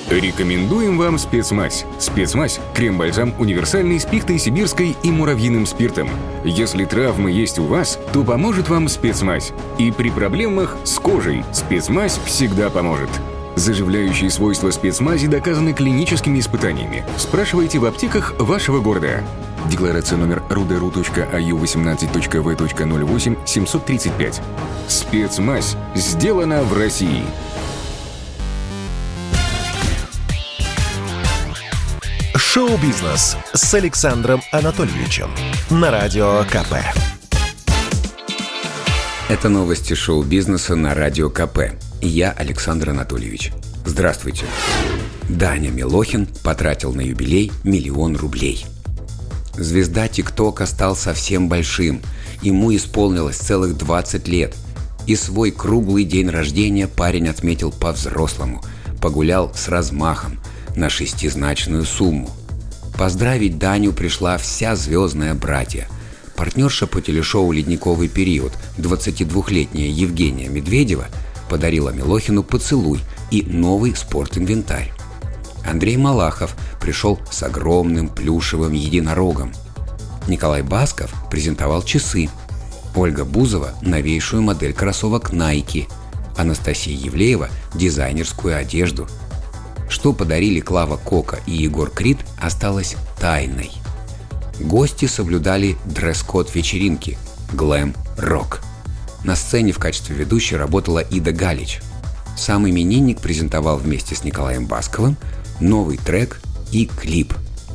Рекомендуем вам спецмазь. Спецмазь – крем-бальзам универсальный с пихтой сибирской и муравьиным спиртом. Если травмы есть у вас, то поможет вам спецмазь. И при проблемах с кожей спецмазь всегда поможет. Заживляющие свойства спецмази доказаны клиническими испытаниями. Спрашивайте в аптеках вашего города. Декларация номер ruderu.aju18.v.08-735. Спецмазь сделана в России. Шоу-бизнес с Александром Анатольевичем на Радио КП. Это новости шоу-бизнеса на Радио КП. И я Александр Анатольевич. Здравствуйте. Даня Милохин потратил на юбилей 1 000 000 рублей. Звезда ТикТока стал совсем большим. Ему исполнилось целых 20 лет. И свой круглый день рождения парень отметил по-взрослому. Погулял с размахом на 6-значную сумму. Поздравить Даню пришла вся звездная братья. Партнерша по телешоу «Ледниковый период», 22-летняя Евгения Медведева, подарила Милохину поцелуй и новый спортинвентарь. Андрей Малахов пришел с огромным плюшевым единорогом. Николай Басков презентовал часы. Ольга Бузова – новейшую модель кроссовок Nike. Анастасия Евлеева – дизайнерскую одежду. Что подарили Клава Кока и Егор Крид, осталось тайной. Гости соблюдали дресс-код вечеринки – глэм-рок. На сцене в качестве ведущей работала Ида Галич. Сам именинник презентовал вместе с Николаем Басковым новый трек и клип.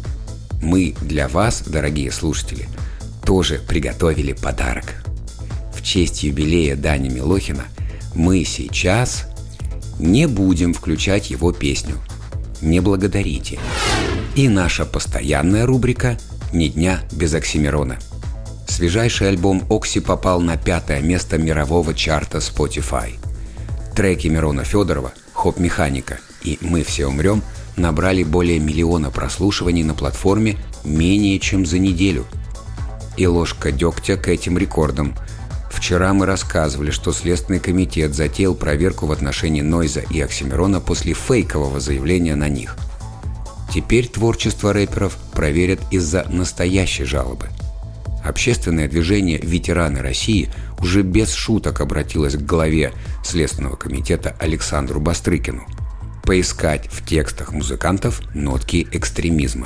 Мы для вас, дорогие слушатели, тоже приготовили подарок. В честь юбилея Дани Милохина мы сейчас не будем включать его песню «Не благодарите». И наша постоянная рубрика «Ни дня без Оксимирона». Свежайший альбом «Окси» попал на 5-е место мирового чарта Spotify. Треки Мирона Федорова, «Хоп-механика» и «Мы все умрем» набрали более 1 миллиона прослушиваний на платформе менее чем за неделю. И ложка дегтя к этим рекордам. Вчера мы рассказывали, что Следственный комитет затеял проверку в отношении Нойза и Оксимирона после фейкового заявления на них. Теперь творчество рэперов проверят из-за настоящей жалобы. Общественное движение «Ветераны России» уже без шуток обратилось к главе Следственного комитета Александру Бастрыкину поискать в текстах музыкантов нотки экстремизма.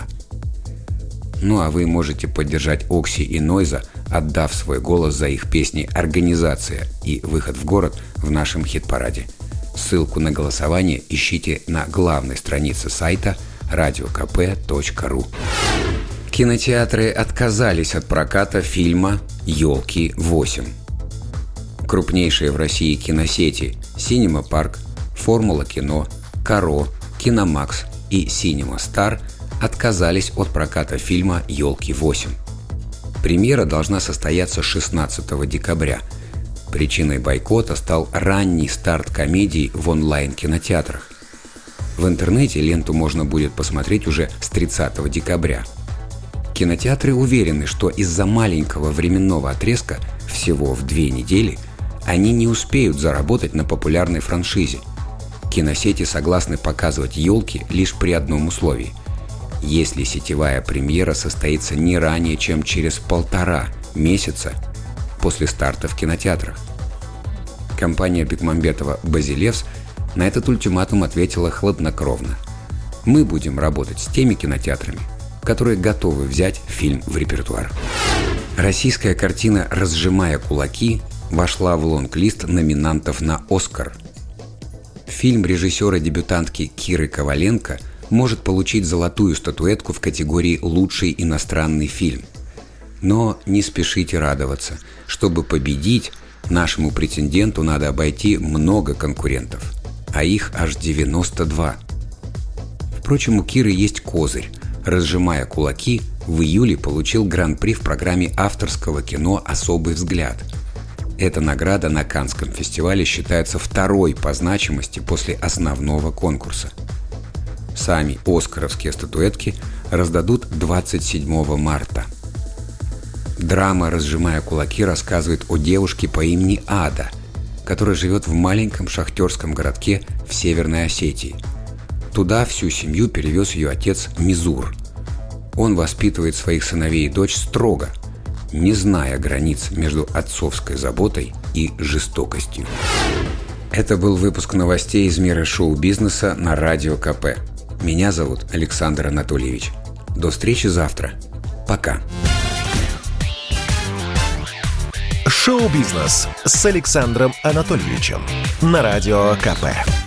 Ну а вы можете поддержать Окси и Нойза, отдав свой голос за их песни «Организация» и «Выход в город» в нашем хит-параде. Ссылку на голосование ищите на главной странице сайта radiokp.ru. Кинотеатры отказались от проката фильма «Елки-8». Крупнейшие в России киносети «Синема Парк», «Формула кино», «Каро», «Киномакс» и «Синема Стар» отказались от проката фильма «Елки-8». Премьера должна состояться 16 декабря. Причиной бойкота стал ранний старт комедий в онлайн-кинотеатрах. В интернете ленту можно будет посмотреть уже с 30 декабря. Кинотеатры уверены, что из-за маленького временного отрезка, всего в 2 недели, они не успеют заработать на популярной франшизе. Киносети согласны показывать «Елки» лишь при одном условии – если сетевая премьера состоится не ранее, чем через 1,5 месяца после старта в кинотеатрах. Компания Бекмамбетова-Базилевс на этот ультиматум ответила хладнокровно. Мы будем работать с теми кинотеатрами, которые готовы взять фильм в репертуар. Российская картина «Разжимая кулаки» вошла в лонг-лист номинантов на «Оскар». Фильм режиссера-дебютантки Киры Коваленко может получить золотую статуэтку в категории «Лучший иностранный фильм». Но не спешите радоваться. Чтобы победить, нашему претенденту надо обойти много конкурентов, а их аж 92. Впрочем, у Киры есть козырь. «Разжимая кулаки» в июле получил гран-при в программе авторского кино «Особый взгляд». Эта награда на Каннском фестивале считается второй по значимости после основного конкурса. Сами оскаровские статуэтки раздадут 27 марта. Драма «Разжимая кулаки» рассказывает о девушке по имени Ада, которая живет в маленьком шахтерском городке в Северной Осетии. Туда всю семью перевез ее отец Мизур. Он воспитывает своих сыновей и дочь строго, не зная границ между отцовской заботой и жестокостью. Это был выпуск новостей из мира шоу-бизнеса на Радио КП. Меня зовут Александр Анатольевич. До встречи завтра. Пока. Шоу-бизнес с Александром Анатольевичем на Радио КП.